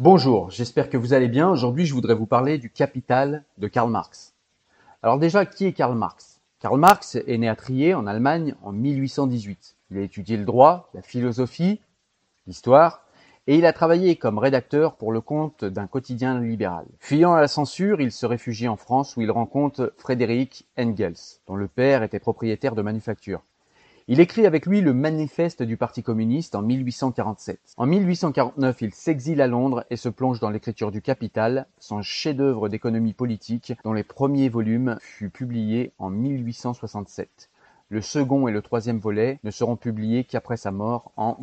Bonjour, j'espère que vous allez bien. Aujourd'hui, je voudrais vous parler du Capital de Karl Marx. Alors déjà, qui est Karl Marx? Karl Marx est né à Trier, en Allemagne, en 1818. Il a étudié le droit, la philosophie, l'histoire, et il a travaillé comme rédacteur pour le compte d'un quotidien libéral. Fuyant à la censure, il se réfugie en France où il rencontre Frédéric Engels, dont le père était propriétaire de manufacture. Il écrit avec lui le Manifeste du Parti communiste en 1847. En 1849, il s'exile à Londres et se plonge dans l'écriture du Capital, son chef-d'œuvre d'économie politique, dont les premiers volumes furent publiés en 1867. Le second et le troisième volet ne seront publiés qu'après sa mort en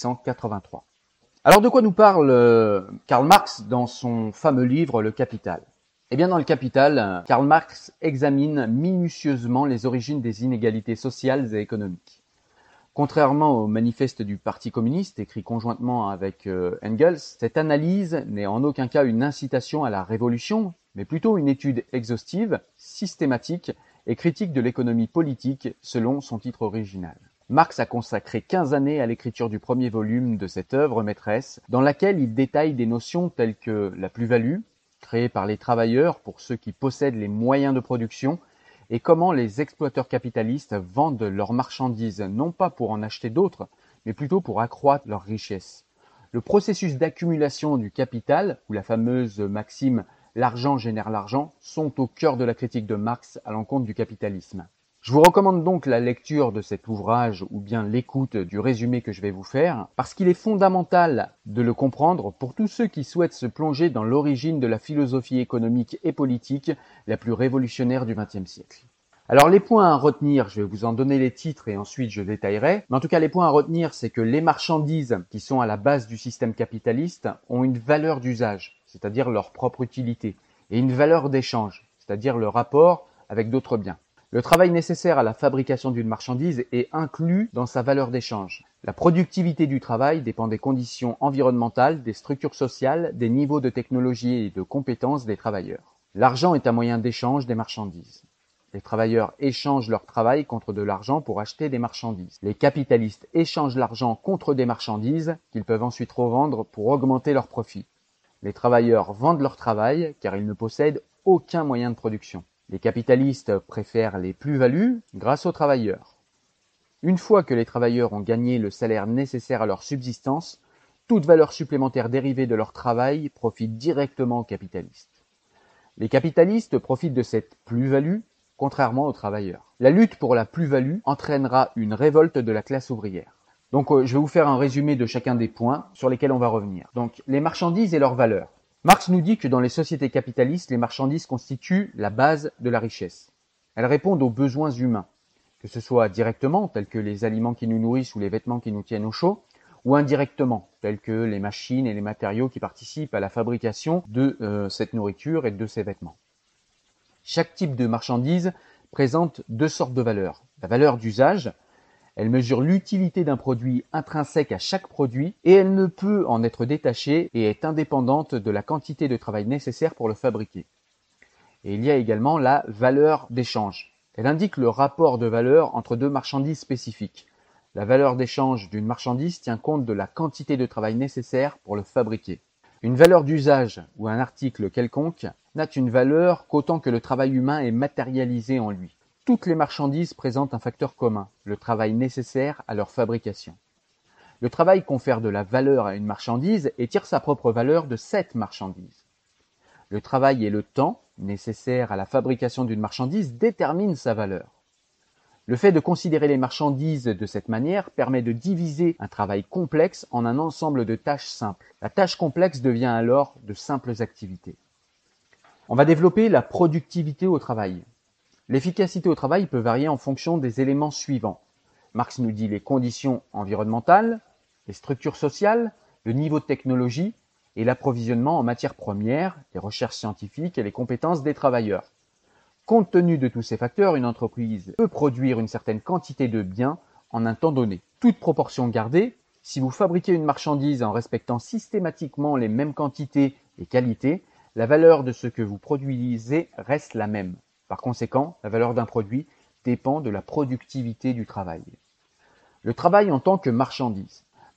1883. Alors de quoi nous parle Karl Marx dans son fameux livre Le Capital? Eh bien dans le Capital, Karl Marx examine minutieusement les origines des inégalités sociales et économiques. Contrairement au manifeste du Parti communiste, écrit conjointement avec Engels, cette analyse n'est en aucun cas une incitation à la révolution, mais plutôt une étude exhaustive, systématique et critique de l'économie politique selon son titre original. Marx a consacré 15 années à l'écriture du premier volume de cette œuvre maîtresse, dans laquelle il détaille des notions telles que la plus-value, créée par les travailleurs pour ceux qui possèdent les moyens de production, et comment les exploiteurs capitalistes vendent leurs marchandises non pas pour en acheter d'autres, mais plutôt pour accroître leur richesse. Le processus d'accumulation du capital, ou la fameuse maxime « l'argent génère l'argent », sont au cœur de la critique de Marx à l'encontre du capitalisme. Je vous recommande donc la lecture de cet ouvrage ou bien l'écoute du résumé que je vais vous faire, parce qu'il est fondamental de le comprendre pour tous ceux qui souhaitent se plonger dans l'origine de la philosophie économique et politique la plus révolutionnaire du XXe siècle. Alors les points à retenir, je vais vous en donner les titres et ensuite je détaillerai, mais en tout cas les points à retenir, c'est que les marchandises qui sont à la base du système capitaliste ont une valeur d'usage, c'est-à-dire leur propre utilité, et une valeur d'échange, c'est-à-dire le rapport avec d'autres biens. Le travail nécessaire à la fabrication d'une marchandise est inclus dans sa valeur d'échange. La productivité du travail dépend des conditions environnementales, des structures sociales, des niveaux de technologie et de compétences des travailleurs. L'argent est un moyen d'échange des marchandises. Les travailleurs échangent leur travail contre de l'argent pour acheter des marchandises. Les capitalistes échangent l'argent contre des marchandises qu'ils peuvent ensuite revendre pour augmenter leurs profits. Les travailleurs vendent leur travail car ils ne possèdent aucun moyen de production. Les capitalistes préfèrent les plus-values grâce aux travailleurs. Une fois que les travailleurs ont gagné le salaire nécessaire à leur subsistance, toute valeur supplémentaire dérivée de leur travail profite directement aux capitalistes. Les capitalistes profitent de cette plus-value, contrairement aux travailleurs. La lutte pour la plus-value entraînera une révolte de la classe ouvrière. Donc je vais vous faire un résumé de chacun des points sur lesquels on va revenir. Donc les marchandises et leur valeur. Marx nous dit que dans les sociétés capitalistes, les marchandises constituent la base de la richesse. Elles répondent aux besoins humains, que ce soit directement, tels que les aliments qui nous nourrissent ou les vêtements qui nous tiennent au chaud, ou indirectement, tels que les machines et les matériaux qui participent à la fabrication de cette nourriture et de ces vêtements. Chaque type de marchandise présente deux sortes de valeurs. La valeur d'usage, elle mesure l'utilité d'un produit intrinsèque à chaque produit et elle ne peut en être détachée et est indépendante de la quantité de travail nécessaire pour le fabriquer. Et il y a également la valeur d'échange. Elle indique le rapport de valeur entre deux marchandises spécifiques. La valeur d'échange d'une marchandise tient compte de la quantité de travail nécessaire pour le fabriquer. Une valeur d'usage ou un article quelconque n'a une valeur qu'autant que le travail humain est matérialisé en lui. Toutes les marchandises présentent un facteur commun, le travail nécessaire à leur fabrication. Le travail confère de la valeur à une marchandise et tire sa propre valeur de cette marchandise. Le travail et le temps nécessaires à la fabrication d'une marchandise déterminent sa valeur. Le fait de considérer les marchandises de cette manière permet de diviser un travail complexe en un ensemble de tâches simples. La tâche complexe devient alors de simples activités. On va développer la productivité au travail. L'efficacité au travail peut varier en fonction des éléments suivants. Marx nous dit les conditions environnementales, les structures sociales, le niveau de technologie et l'approvisionnement en matières premières, les recherches scientifiques et les compétences des travailleurs. Compte tenu de tous ces facteurs, une entreprise peut produire une certaine quantité de biens en un temps donné. Toute proportion gardée, si vous fabriquez une marchandise en respectant systématiquement les mêmes quantités et qualités, la valeur de ce que vous produisez reste la même. Par conséquent, la valeur d'un produit dépend de la productivité du travail. Le travail en tant que marchandise.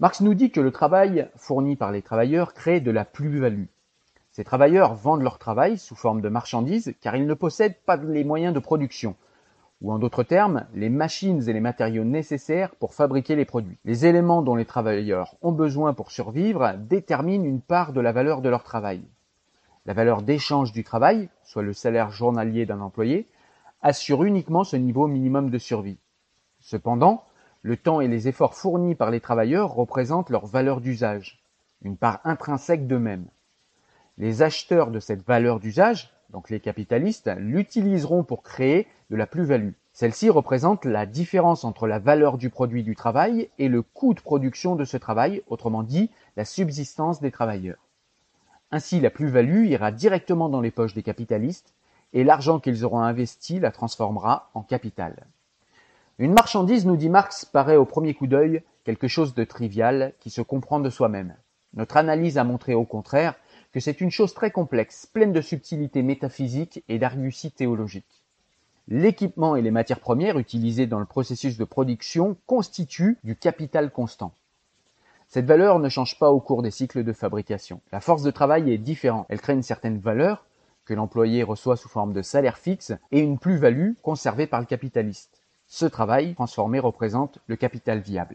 Marx nous dit que le travail fourni par les travailleurs crée de la plus-value. Ces travailleurs vendent leur travail sous forme de marchandises car ils ne possèdent pas les moyens de production, ou en d'autres termes, les machines et les matériaux nécessaires pour fabriquer les produits. Les éléments dont les travailleurs ont besoin pour survivre déterminent une part de la valeur de leur travail. La valeur d'échange du travail, soit le salaire journalier d'un employé, assure uniquement ce niveau minimum de survie. Cependant, le temps et les efforts fournis par les travailleurs représentent leur valeur d'usage, une part intrinsèque d'eux-mêmes. Les acheteurs de cette valeur d'usage, donc les capitalistes, l'utiliseront pour créer de la plus-value. Celle-ci représente la différence entre la valeur du produit du travail et le coût de production de ce travail, autrement dit, la subsistance des travailleurs. Ainsi, la plus-value ira directement dans les poches des capitalistes et l'argent qu'ils auront investi la transformera en capital. Une marchandise, nous dit Marx, paraît au premier coup d'œil quelque chose de trivial qui se comprend de soi-même. Notre analyse a montré au contraire que c'est une chose très complexe, pleine de subtilités métaphysiques et d'arguties théologiques. L'équipement et les matières premières utilisées dans le processus de production constituent du capital constant. Cette valeur ne change pas au cours des cycles de fabrication. La force de travail est différente. Elle crée une certaine valeur que l'employé reçoit sous forme de salaire fixe et une plus-value conservée par le capitaliste. Ce travail transformé représente le capital viable.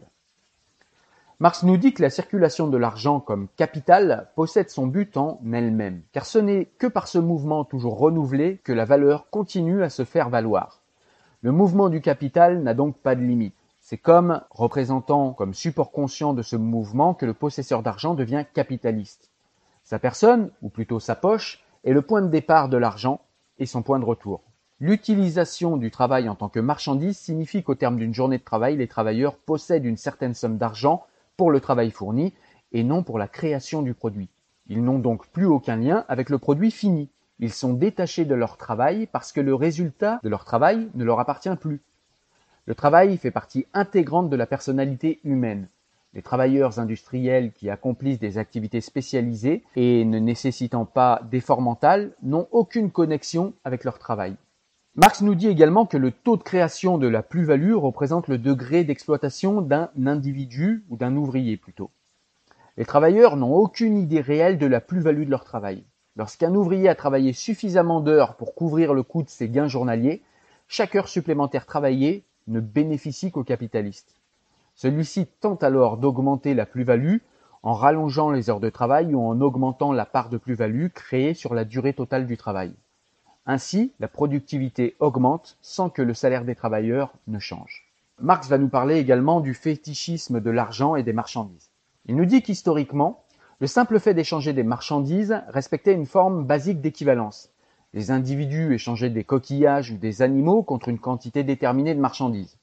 Marx nous dit que la circulation de l'argent comme capital possède son but en elle-même, car ce n'est que par ce mouvement toujours renouvelé que la valeur continue à se faire valoir. Le mouvement du capital n'a donc pas de limite. C'est comme représentant comme support conscient de ce mouvement que le possesseur d'argent devient capitaliste. Sa personne, ou plutôt sa poche, est le point de départ de l'argent et son point de retour. L'utilisation du travail en tant que marchandise signifie qu'au terme d'une journée de travail, les travailleurs possèdent une certaine somme d'argent pour le travail fourni et non pour la création du produit. Ils n'ont donc plus aucun lien avec le produit fini. Ils sont détachés de leur travail parce que le résultat de leur travail ne leur appartient plus. Le travail fait partie intégrante de la personnalité humaine. Les travailleurs industriels qui accomplissent des activités spécialisées et ne nécessitant pas d'effort mental n'ont aucune connexion avec leur travail. Marx nous dit également que le taux de création de la plus-value représente le degré d'exploitation d'un individu ou d'un ouvrier plutôt. Les travailleurs n'ont aucune idée réelle de la plus-value de leur travail. Lorsqu'un ouvrier a travaillé suffisamment d'heures pour couvrir le coût de ses gains journaliers, chaque heure supplémentaire travaillée ne bénéficie qu'au capitaliste. Celui-ci tente alors d'augmenter la plus-value en rallongeant les heures de travail ou en augmentant la part de plus-value créée sur la durée totale du travail. Ainsi, la productivité augmente sans que le salaire des travailleurs ne change. Marx va nous parler également du fétichisme de l'argent et des marchandises. Il nous dit qu'historiquement, le simple fait d'échanger des marchandises respectait une forme basique d'équivalence. Les individus échangeaient des coquillages ou des animaux contre une quantité déterminée de marchandises.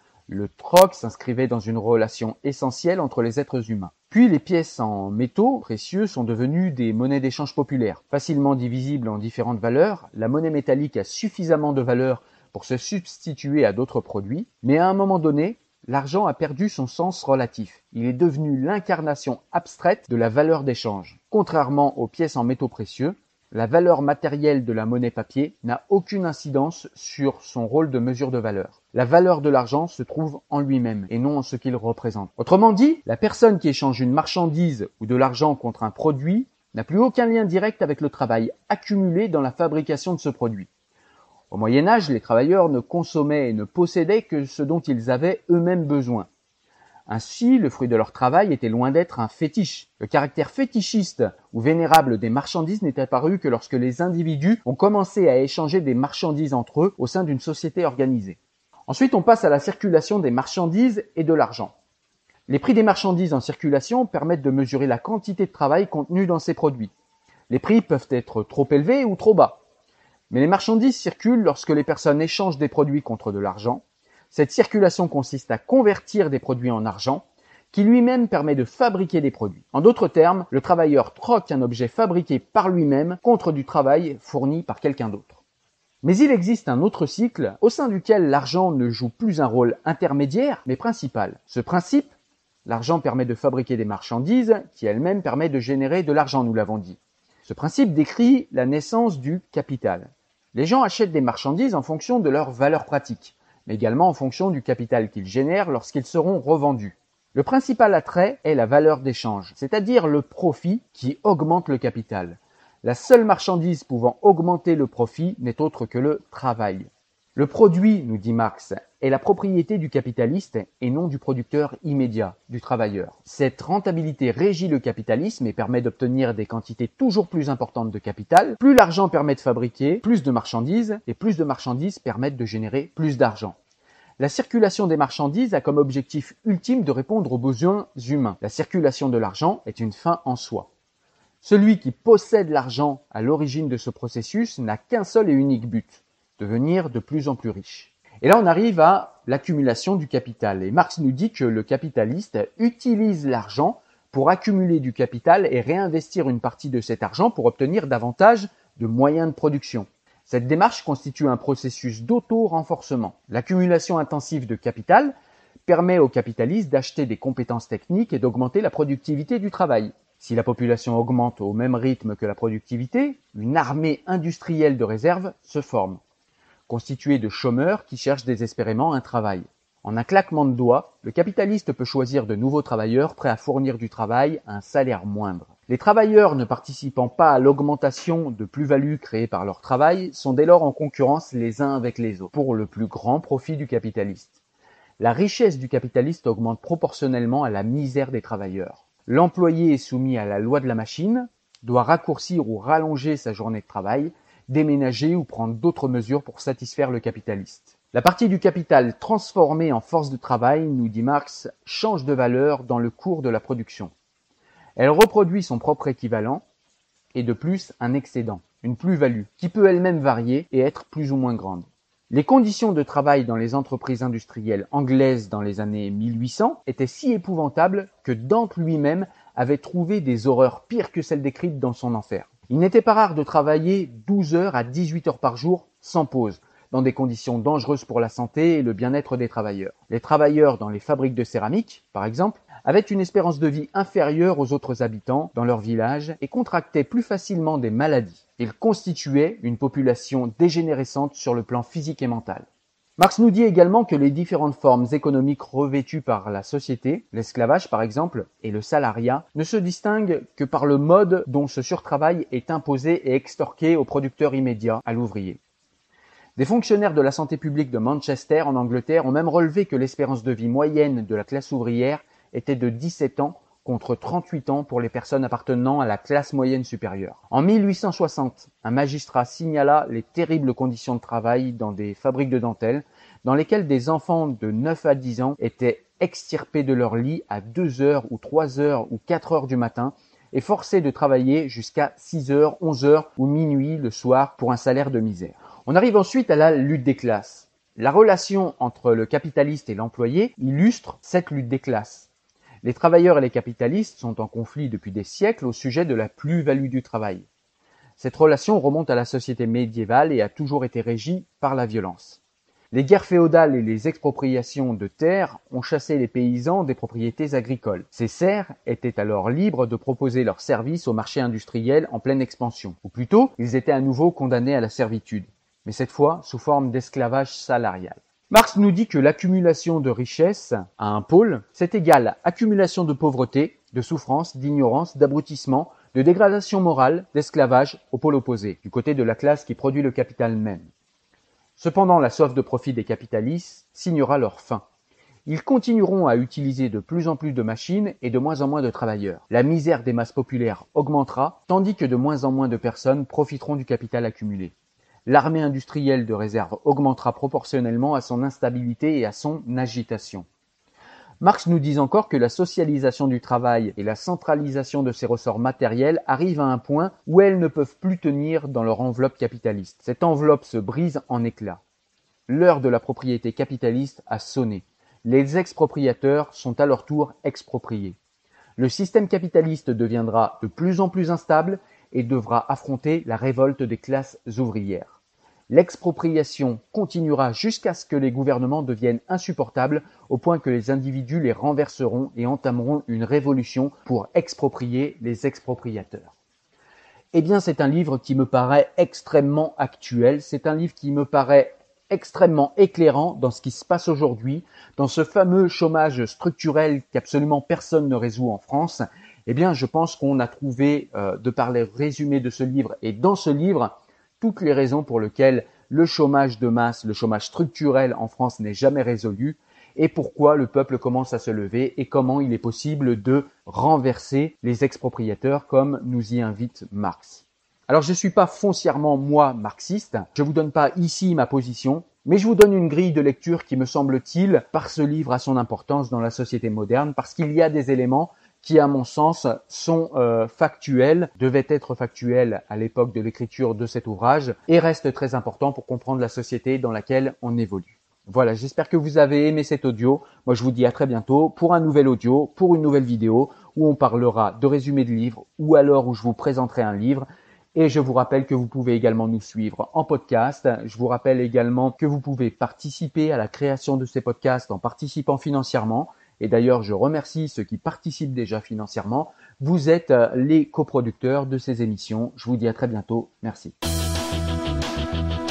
Le troc s'inscrivait dans une relation essentielle entre les êtres humains. Puis les pièces en métaux précieux sont devenues des monnaies d'échange populaires. Facilement divisibles en différentes valeurs, la monnaie métallique a suffisamment de valeur pour se substituer à d'autres produits, mais à un moment donné, l'argent a perdu son sens relatif. Il est devenu l'incarnation abstraite de la valeur d'échange. Contrairement aux pièces en métaux précieux, la valeur matérielle de la monnaie papier n'a aucune incidence sur son rôle de mesure de valeur. La valeur de l'argent se trouve en lui-même et non en ce qu'il représente. Autrement dit, la personne qui échange une marchandise ou de l'argent contre un produit n'a plus aucun lien direct avec le travail accumulé dans la fabrication de ce produit. Au Moyen-Âge, les travailleurs ne consommaient et ne possédaient que ce dont ils avaient eux-mêmes besoin. Ainsi, le fruit de leur travail était loin d'être un fétiche. Le caractère fétichiste ou vénérable des marchandises n'est apparu que lorsque les individus ont commencé à échanger des marchandises entre eux au sein d'une société organisée. Ensuite, on passe à la circulation des marchandises et de l'argent. Les prix des marchandises en circulation permettent de mesurer la quantité de travail contenue dans ces produits. Les prix peuvent être trop élevés ou trop bas. Mais les marchandises circulent lorsque les personnes échangent des produits contre de l'argent. Cette circulation consiste à convertir des produits en argent, qui lui-même permet de fabriquer des produits. En d'autres termes, le travailleur troque un objet fabriqué par lui-même contre du travail fourni par quelqu'un d'autre. Mais il existe un autre cycle au sein duquel l'argent ne joue plus un rôle intermédiaire, mais principal. Ce principe, l'argent permet de fabriquer des marchandises, qui elles-mêmes permettent de générer de l'argent, nous l'avons dit. Ce principe décrit la naissance du capital. Les gens achètent des marchandises en fonction de leur valeur pratique, mais également en fonction du capital qu'ils génèrent lorsqu'ils seront revendus. Le principal attrait est la valeur d'échange, c'est-à-dire le profit qui augmente le capital. La seule marchandise pouvant augmenter le profit n'est autre que le travail. Le produit, nous dit Marx, est la propriété du capitaliste et non du producteur immédiat, du travailleur. Cette rentabilité régit le capitalisme et permet d'obtenir des quantités toujours plus importantes de capital. Plus l'argent permet de fabriquer plus de marchandises et plus de marchandises permettent de générer plus d'argent. La circulation des marchandises a comme objectif ultime de répondre aux besoins humains. La circulation de l'argent est une fin en soi. Celui qui possède l'argent à l'origine de ce processus n'a qu'un seul et unique but, devenir de plus en plus riche. Et là, on arrive à l'accumulation du capital. Et Marx nous dit que le capitaliste utilise l'argent pour accumuler du capital et réinvestir une partie de cet argent pour obtenir davantage de moyens de production. Cette démarche constitue un processus d'auto-renforcement. L'accumulation intensive de capital permet aux capitalistes d'acheter des compétences techniques et d'augmenter la productivité du travail. Si la population augmente au même rythme que la productivité, une armée industrielle de réserve se forme, constituée de chômeurs qui cherchent désespérément un travail. En un claquement de doigts, le capitaliste peut choisir de nouveaux travailleurs prêts à fournir du travail à un salaire moindre. Les travailleurs ne participant pas à l'augmentation de plus-value créée par leur travail sont dès lors en concurrence les uns avec les autres, pour le plus grand profit du capitaliste. La richesse du capitaliste augmente proportionnellement à la misère des travailleurs. L'employé est soumis à la loi de la machine, doit raccourcir ou rallonger sa journée de travail, déménager ou prendre d'autres mesures pour satisfaire le capitaliste. La partie du capital transformée en force de travail, nous dit Marx, change de valeur dans le cours de la production. Elle reproduit son propre équivalent et de plus un excédent, une plus-value, qui peut elle-même varier et être plus ou moins grande. Les conditions de travail dans les entreprises industrielles anglaises dans les années 1800 étaient si épouvantables que Dante lui-même avait trouvé des horreurs pires que celles décrites dans son Enfer. Il n'était pas rare de travailler 12 heures à 18 heures par jour sans pause, dans des conditions dangereuses pour la santé et le bien-être des travailleurs. Les travailleurs dans les fabriques de céramique, par exemple, avaient une espérance de vie inférieure aux autres habitants dans leur village et contractaient plus facilement des maladies. Ils constituaient une population dégénérescente sur le plan physique et mental. Marx nous dit également que les différentes formes économiques revêtues par la société, l'esclavage par exemple, et le salariat, ne se distinguent que par le mode dont ce surtravail est imposé et extorqué au producteur immédiat, à l'ouvrier. Des fonctionnaires de la santé publique de Manchester, en Angleterre, ont même relevé que l'espérance de vie moyenne de la classe ouvrière était de 17 ans contre 38 ans pour les personnes appartenant à la classe moyenne supérieure. En 1860, un magistrat signala les terribles conditions de travail dans des fabriques de dentelles, dans lesquelles des enfants de 9 à 10 ans étaient extirpés de leur lit à 2 heures ou 3 heures ou 4 heures du matin et forcés de travailler jusqu'à 6 heures, 11 heures ou minuit le soir pour un salaire de misère. On arrive ensuite à la lutte des classes. La relation entre le capitaliste et l'employé illustre cette lutte des classes. Les travailleurs et les capitalistes sont en conflit depuis des siècles au sujet de la plus-value du travail. Cette relation remonte à la société médiévale et a toujours été régie par la violence. Les guerres féodales et les expropriations de terres ont chassé les paysans des propriétés agricoles. Ces serfs étaient alors libres de proposer leurs services au marché industriel en pleine expansion. Ou plutôt, ils étaient à nouveau condamnés à la servitude, mais cette fois sous forme d'esclavage salarial. Marx nous dit que l'accumulation de richesses à un pôle, c'est égal à accumulation de pauvreté, de souffrance, d'ignorance, d'abrutissement, de dégradation morale, d'esclavage au pôle opposé, du côté de la classe qui produit le capital même. Cependant, la soif de profit des capitalistes signera leur fin. Ils continueront à utiliser de plus en plus de machines et de moins en moins de travailleurs. La misère des masses populaires augmentera, tandis que de moins en moins de personnes profiteront du capital accumulé. L'armée industrielle de réserve augmentera proportionnellement à son instabilité et à son agitation. Marx nous dit encore que la socialisation du travail et la centralisation de ses ressorts matériels arrivent à un point où elles ne peuvent plus tenir dans leur enveloppe capitaliste. Cette enveloppe se brise en éclats. L'heure de la propriété capitaliste a sonné. Les expropriateurs sont à leur tour expropriés. Le système capitaliste deviendra de plus en plus instable et devra affronter la révolte des classes ouvrières. L'expropriation continuera jusqu'à ce que les gouvernements deviennent insupportables au point que les individus les renverseront et entameront une révolution pour exproprier les expropriateurs. Eh bien, c'est un livre qui me paraît extrêmement actuel, c'est un livre qui me paraît extrêmement éclairant dans ce qui se passe aujourd'hui, dans ce fameux chômage structurel qu'absolument personne ne résout en France. Eh bien, je pense qu'on a trouvé, de par les résumés de ce livre et dans ce livre, toutes les raisons pour lesquelles le chômage de masse, le chômage structurel en France n'est jamais résolu et pourquoi le peuple commence à se lever et comment il est possible de renverser les expropriateurs comme nous y invite Marx. Alors je ne suis pas foncièrement moi marxiste, je ne vous donne pas ici ma position, mais je vous donne une grille de lecture qui me semble-t-il, par ce livre à son importance dans la société moderne, parce qu'il y a des éléments qui, à mon sens, sont factuels, devaient être factuels à l'époque de l'écriture de cet ouvrage, et restent très importants pour comprendre la société dans laquelle on évolue. Voilà, j'espère que vous avez aimé cet audio. Moi, je vous dis à très bientôt pour un nouvel audio, pour une nouvelle vidéo, où on parlera de résumé de livres, ou alors où je vous présenterai un livre. Et je vous rappelle que vous pouvez également nous suivre en podcast. Je vous rappelle également que vous pouvez participer à la création de ces podcasts en participant financièrement. Et d'ailleurs, je remercie ceux qui participent déjà financièrement. Vous êtes les coproducteurs de ces émissions. Je vous dis à très bientôt. Merci.